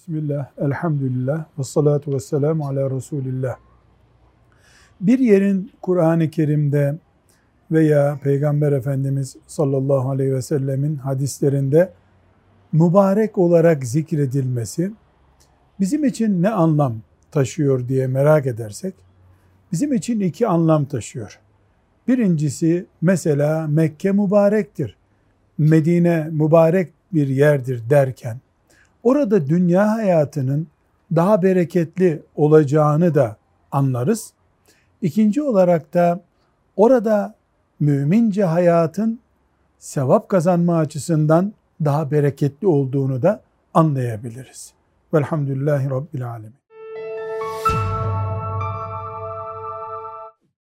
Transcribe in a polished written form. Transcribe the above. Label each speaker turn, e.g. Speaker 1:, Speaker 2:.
Speaker 1: Bismillah, elhamdülillah, ve salatu ve selamu ala Resulillah. Bir yerin Kur'an-ı Kerim'de veya Peygamber Efendimiz sallallahu aleyhi ve sellemin hadislerinde mübarek olarak zikredilmesi bizim için ne anlam taşıyor diye merak edersek, bizim için iki anlam taşıyor. Birincisi, mesela Mekke mübarektir, Medine mübarek bir yerdir derken, orada dünya hayatının daha bereketli olacağını da anlarız. İkinci olarak da orada mümince hayatın sevap kazanma açısından daha bereketli olduğunu da anlayabiliriz. Velhamdülillahi Rabbil Alemin.